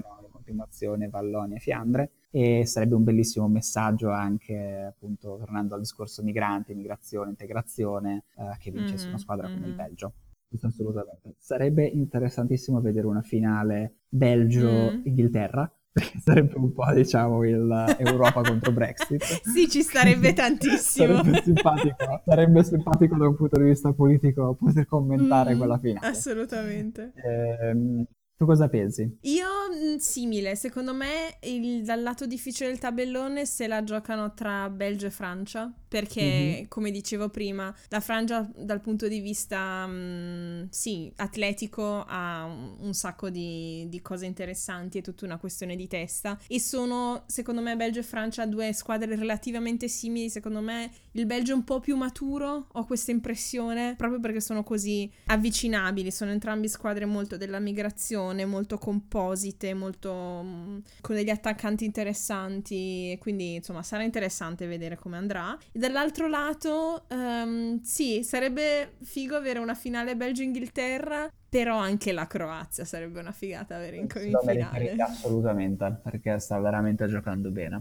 continuazione Vallonia e Fiandre, e sarebbe un bellissimo messaggio anche, appunto, tornando al discorso migranti, migrazione, integrazione, che vincesse una squadra come il Belgio. Questo assolutamente. Sarebbe interessantissimo vedere una finale Belgio-Inghilterra, perché sarebbe un po', diciamo, il Europa contro Brexit. Sì, ci starebbe tantissimo. Sarebbe simpatico da un punto di vista politico poter commentare quella finale. Assolutamente. Tu cosa pensi? Io simile, secondo me dal lato difficile del tabellone se la giocano tra Belgio e Francia, perché come dicevo prima, la Francia dal punto di vista sì, atletico ha un sacco di cose interessanti, è tutta una questione di testa, e sono, secondo me, Belgio e Francia due squadre relativamente simili. Secondo me il Belgio è un po' più maturo, ho questa impressione, proprio perché sono così avvicinabili, sono entrambi squadre molto della migrazione, molto composite, molto con degli attaccanti interessanti, e quindi insomma sarà interessante vedere come andrà. E dall'altro lato sì, sarebbe figo avere una finale Belgio-Inghilterra, però anche la Croazia sarebbe una figata avere in finale. Assolutamente, perché sta veramente giocando bene.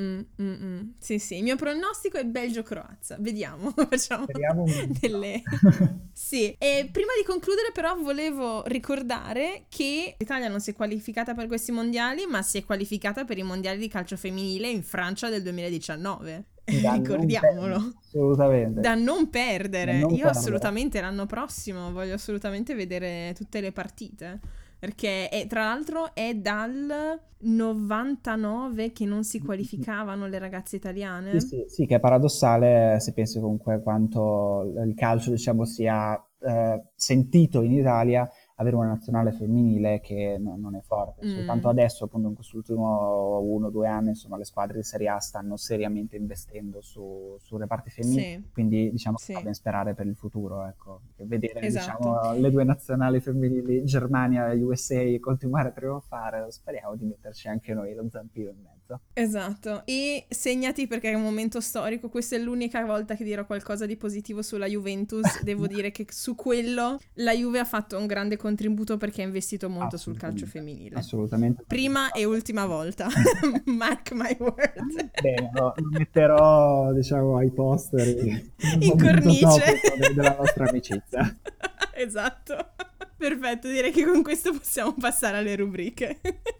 Sì, il mio pronostico è Belgio-Croazia, vediamo, facciamo delle... Sì, e prima di concludere però volevo ricordare che l'Italia non si è qualificata per questi mondiali, ma si è qualificata per i mondiali di calcio femminile in Francia del 2019. Ricordiamolo. Assolutamente. Da non perdere. Io assolutamente l'anno prossimo voglio assolutamente vedere tutte le partite, perché tra l'altro è dal 99 che non si qualificavano le ragazze italiane. Sì, che è paradossale se pensi comunque quanto il calcio, diciamo, sia sentito in Italia, avere una nazionale femminile che non è forte. Soltanto adesso, appunto, in quest'ultimo 1 o 2 anni, insomma, le squadre di Serie A stanno seriamente investendo su reparti femminili, quindi diciamo che fa ben sperare per il futuro, ecco. Vedere, diciamo, le due nazionali femminili, Germania e USA, continuare a trionfare, speriamo di metterci anche noi lo zampino in mezzo. Esatto, e segnati, perché è un momento storico, questa è l'unica volta che dirò qualcosa di positivo sulla Juventus. Devo dire che su quello la Juve ha fatto un grande contributo, perché ha investito molto sul calcio femminile. Assolutamente. Prima e ultima volta. Mark my words. Bene, lo metterò, diciamo, ai poster in cornice della nostra amicizia. Esatto. Perfetto, direi che con questo possiamo passare alle rubriche.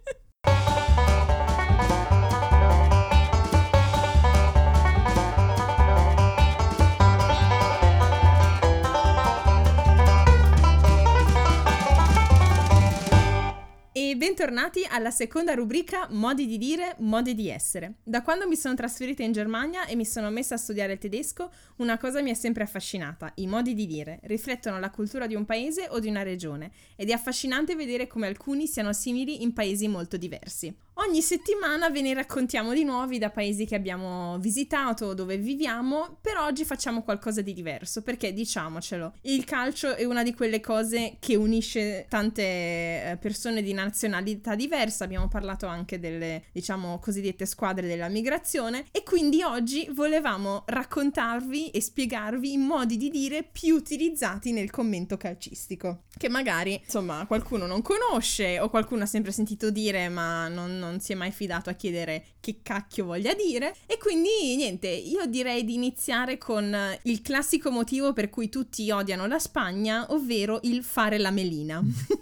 E bentornati alla seconda rubrica Modi di dire, modi di essere. Da quando mi sono trasferita in Germania e mi sono messa a studiare il tedesco, una cosa mi è sempre affascinata: i modi di dire riflettono la cultura di un paese o di una regione, ed è affascinante vedere come alcuni siano simili in paesi molto diversi. Ogni settimana ve ne raccontiamo di nuovi da paesi che abbiamo visitato o dove viviamo. Per oggi facciamo qualcosa di diverso, perché diciamocelo, il calcio è una di quelle cose che unisce tante persone di nazionalità diversa. Abbiamo parlato anche delle, diciamo, cosiddette squadre della migrazione, e quindi oggi volevamo raccontarvi e spiegarvi i modi di dire più utilizzati nel commento calcistico, che magari, insomma, qualcuno non conosce o qualcuno ha sempre sentito dire ma non si è mai fidato a chiedere che cacchio voglia dire. E quindi niente, io direi di iniziare con il classico motivo per cui tutti odiano la Spagna, ovvero il fare la melina.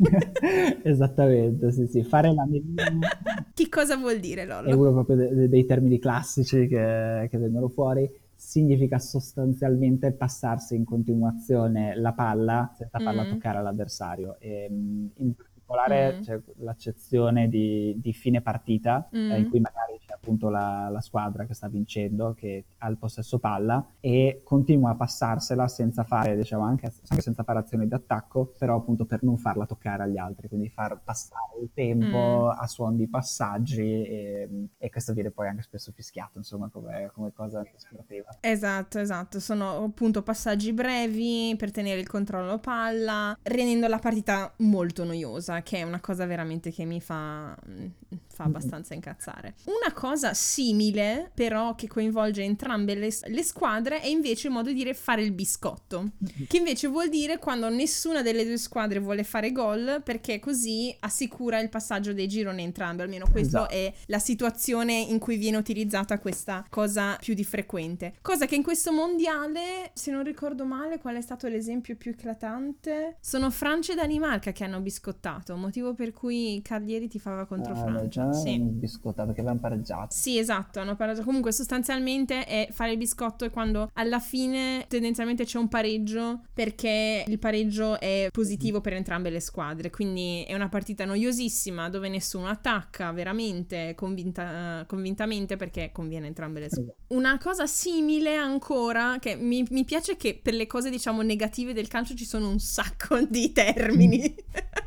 Esattamente, sì, fare la melina. Che cosa vuol dire, Lollo? È uno proprio dei termini classici che vengono fuori. Significa sostanzialmente passarsi in continuazione la palla senza farla toccare all'avversario. In particolare c'è l'accezione di fine partita, in cui magari c'è appunto la squadra che sta vincendo, che ha il possesso palla e continua a passarsela senza fare, diciamo, anche senza fare azioni di attacco, però appunto per non farla toccare agli altri, quindi far passare il tempo a suon di passaggi, e questo viene poi anche spesso fischiato, insomma, come cosa sportiva. Esatto, sono appunto passaggi brevi per tenere il controllo palla, rendendo la partita molto noiosa, che è una cosa veramente che mi fa fa abbastanza incazzare. Una cosa simile, però, che coinvolge entrambe le squadre è invece il modo di dire fare il biscotto, che invece vuol dire quando nessuna delle due squadre vuole fare gol, perché così assicura il passaggio dei gironi entrambi, almeno questa è la situazione in cui viene utilizzata questa cosa più di frequente. Cosa che in questo mondiale, se non ricordo male, qual è stato l'esempio più eclatante? Sono Francia e Danimarca che hanno biscottato, motivo per cui Carlieri tifava contro Francia. Sì, biscottato, perché avevano pareggiato. Sì, esatto, hanno pareggiato. Comunque sostanzialmente è fare il biscotto, e quando alla fine tendenzialmente c'è un pareggio, perché il pareggio è positivo per entrambe le squadre, quindi è una partita noiosissima dove nessuno attacca veramente convintamente, perché conviene a entrambe le squadre. Una cosa simile ancora, che mi piace che per le cose diciamo negative del calcio ci sono un sacco di termini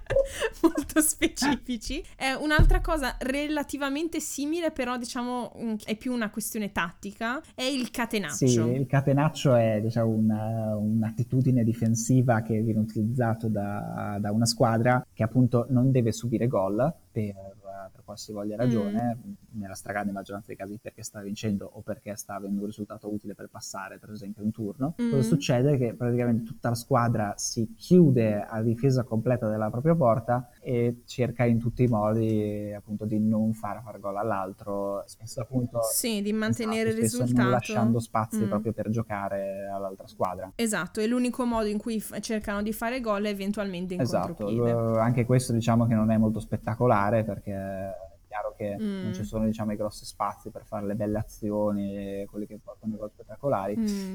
molto specifici. È un'altra cosa relativamente simile, però diciamo è più una questione tattica, è il catenaccio. Sì, il catenaccio è diciamo un'attitudine difensiva che viene utilizzato da una squadra che appunto non deve subire gol per qualsivoglia ragione, nella stragrande maggioranza dei casi perché sta vincendo o perché sta avendo un risultato utile per passare per esempio un turno. Cosa succede? Che praticamente tutta la squadra si chiude a difesa completa della propria porta e cerca in tutti i modi appunto di non far gol all'altro, spesso appunto di mantenere il spesso risultato, non lasciando spazi proprio per giocare all'altra squadra. Esatto, è l'unico modo in cui cercano di fare gol è eventualmente in contropiede. Anche questo diciamo che non è molto spettacolare, perché è chiaro che non ci sono diciamo i grossi spazi per fare le belle azioni, quelli che portano i gol spettacolari,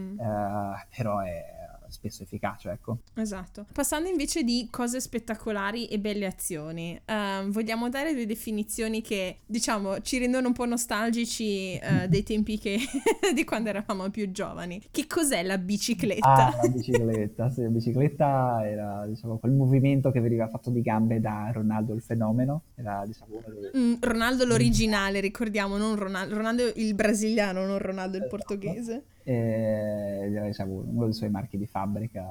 però è spesso efficace, ecco. Esatto. Passando invece di cose spettacolari e belle azioni, vogliamo dare delle definizioni che diciamo ci rendono un po' nostalgici dei tempi di quando eravamo più giovani. Che cos'è la bicicletta? La bicicletta, sì, la bicicletta era diciamo quel movimento che veniva fatto di gambe da Ronaldo il fenomeno, era diciamo uno dei... Ronaldo l'originale, ricordiamo, non Ronaldo il brasiliano, non Ronaldo il portoghese. Diciamo uno dei suoi marchi di fabbrica,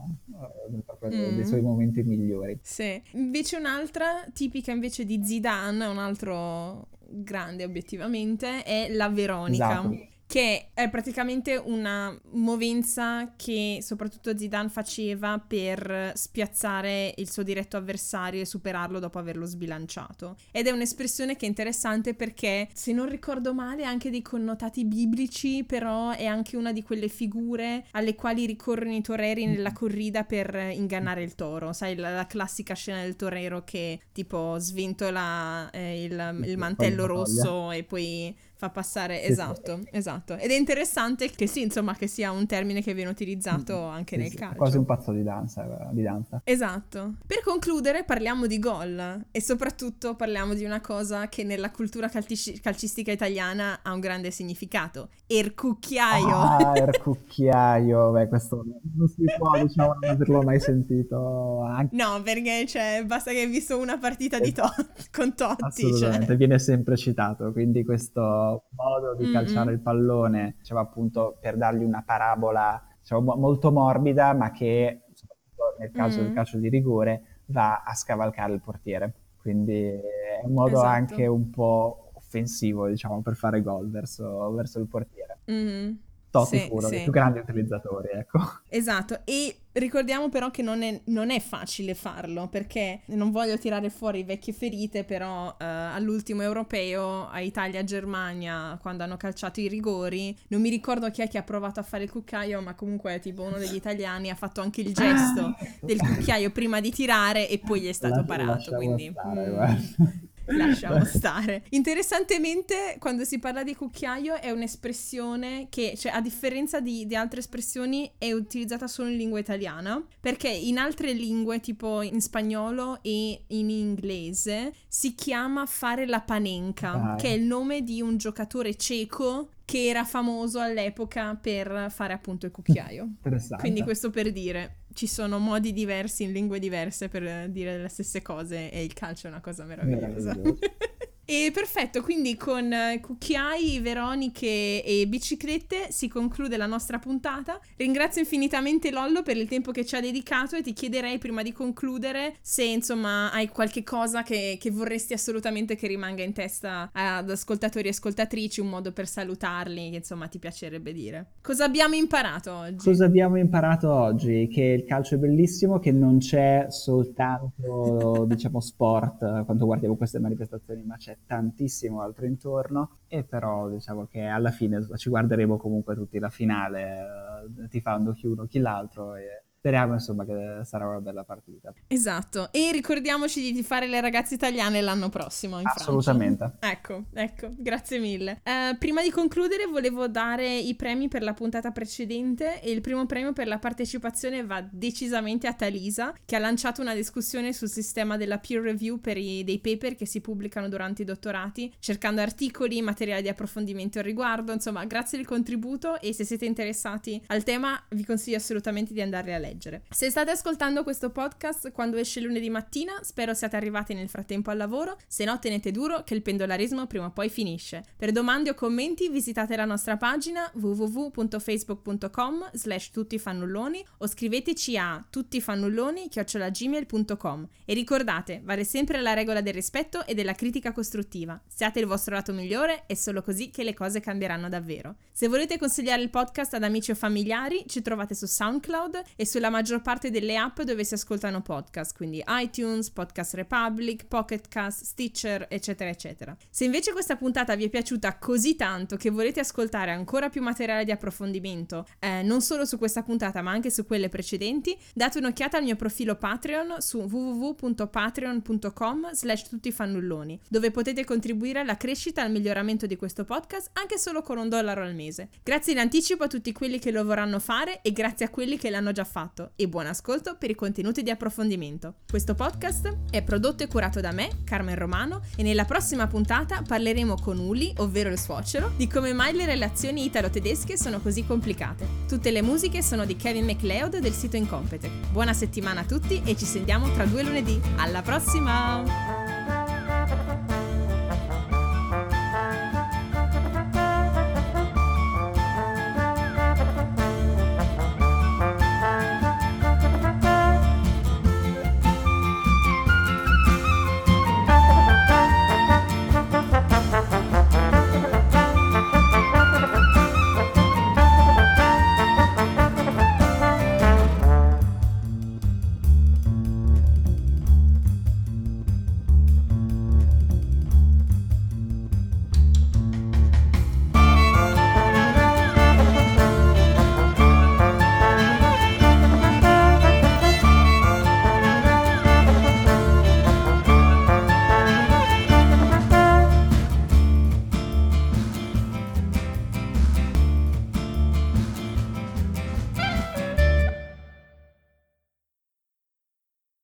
dei suoi momenti migliori. Sì. Invece un'altra tipica invece di Zidane, un altro grande obiettivamente, è la Veronica. Esatto. Che è praticamente una movenza che soprattutto Zidane faceva per spiazzare il suo diretto avversario e superarlo dopo averlo sbilanciato. Ed è un'espressione che è interessante perché, se non ricordo male, ha anche dei connotati biblici, però è anche una di quelle figure alle quali ricorrono i toreri nella corrida per ingannare il toro. Sai, la classica scena del torero che tipo sventola il mantello rosso e poi fa passare, sì, esatto. Ed è interessante che sì, insomma, che sia un termine che viene utilizzato anche nel calcio. È quasi un pazzo di danza. Esatto. Per concludere parliamo di gol e soprattutto parliamo di una cosa che nella cultura calcistica italiana ha un grande significato: ercucchiaio. Ercucchiaio, beh, questo non si può diciamo non averlo mai sentito. No, perché basta che hai visto una partita di con Totti. Assolutamente, viene sempre citato, quindi questo modo di calciare il pallone, diciamo appunto per dargli una parabola diciamo, molto morbida, ma che soprattutto nel caso del calcio di rigore va a scavalcare il portiere, quindi è un modo anche un po' offensivo diciamo per fare gol verso il portiere. Totti furono i più grandi utilizzatori, ecco. Esatto, e ricordiamo però che non è facile farlo, perché non voglio tirare fuori vecchie ferite, però all'ultimo europeo a Italia-Germania, quando hanno calciato i rigori, non mi ricordo chi è che ha provato a fare il cucchiaio, ma comunque tipo uno degli italiani ha fatto anche il gesto del cucchiaio prima di tirare e poi gli è stato parato, quindi... Lasciamo stare. Interessantemente, quando si parla di cucchiaio è un'espressione che, cioè, a differenza di altre espressioni, è utilizzata solo in lingua italiana, perché in altre lingue, tipo in spagnolo e in inglese, si chiama fare la panenka, che è il nome di un giocatore ceco che era famoso all'epoca per fare appunto il cucchiaio. Interessante. Quindi questo per dire, ci sono modi diversi in lingue diverse per dire le stesse cose e il calcio è una cosa meravigliosa. E perfetto, quindi con cucchiai, veroniche e biciclette si conclude la nostra puntata. Ringrazio infinitamente Lollo per il tempo che ci ha dedicato e ti chiederei prima di concludere se insomma hai qualche cosa che vorresti assolutamente che rimanga in testa ad ascoltatori e ascoltatrici, un modo per salutarli, che insomma ti piacerebbe dire. Cosa abbiamo imparato oggi? Cosa abbiamo imparato oggi? Che il calcio è bellissimo, che non c'è soltanto diciamo sport quando guardiamo queste manifestazioni, ma c'è tantissimo altro intorno, e però diciamo che alla fine ci guarderemo comunque tutti la finale, tifando chi uno chi l'altro, e speriamo insomma che sarà una bella partita. Esatto, e ricordiamoci di fare le ragazze italiane l'anno prossimo in Assolutamente. Francia. Ecco, grazie mille. Prima di concludere volevo dare i premi per la puntata precedente, e il primo premio per la partecipazione va decisamente a Talisa, che ha lanciato una discussione sul sistema della peer review per dei paper che si pubblicano durante i dottorati, cercando articoli, materiali di approfondimento al riguardo. Insomma, grazie del contributo, e se siete interessati al tema vi consiglio assolutamente di andarli a leggere. Se state ascoltando questo podcast quando esce lunedì mattina, spero siate arrivati nel frattempo al lavoro. Se no, tenete duro che il pendolarismo prima o poi finisce. Per domande o commenti visitate la nostra pagina www.facebook.com/tuttifannulloni o scriveteci a tuttifannulloni@gmail.com. E ricordate, vale sempre la regola del rispetto e della critica costruttiva. Siate il vostro lato migliore, è solo così che le cose cambieranno davvero. Se volete consigliare il podcast ad amici o familiari, ci trovate su SoundCloud e sulla maggior parte delle app dove si ascoltano podcast, quindi iTunes, Podcast Republic, Pocket Cast, Stitcher, eccetera eccetera. Se invece questa puntata vi è piaciuta così tanto che volete ascoltare ancora più materiale di approfondimento, non solo su questa puntata ma anche su quelle precedenti, date un'occhiata al mio profilo Patreon su www.patreon.com/tuttifannulloni, dove potete contribuire alla crescita e al miglioramento di questo podcast anche solo con $1 al mese. Grazie in anticipo a tutti quelli che lo vorranno fare e grazie a quelli che l'hanno già fatto, e buon ascolto per i contenuti di approfondimento. Questo podcast è prodotto e curato da me, Carmen Romano, e nella prossima puntata parleremo con Uli, ovvero il suocero, di come mai le relazioni italo-tedesche sono così complicate. Tutte le musiche sono di Kevin MacLeod del sito Incompetech. Buona settimana a tutti e ci sentiamo tra 2 lunedì. Alla prossima!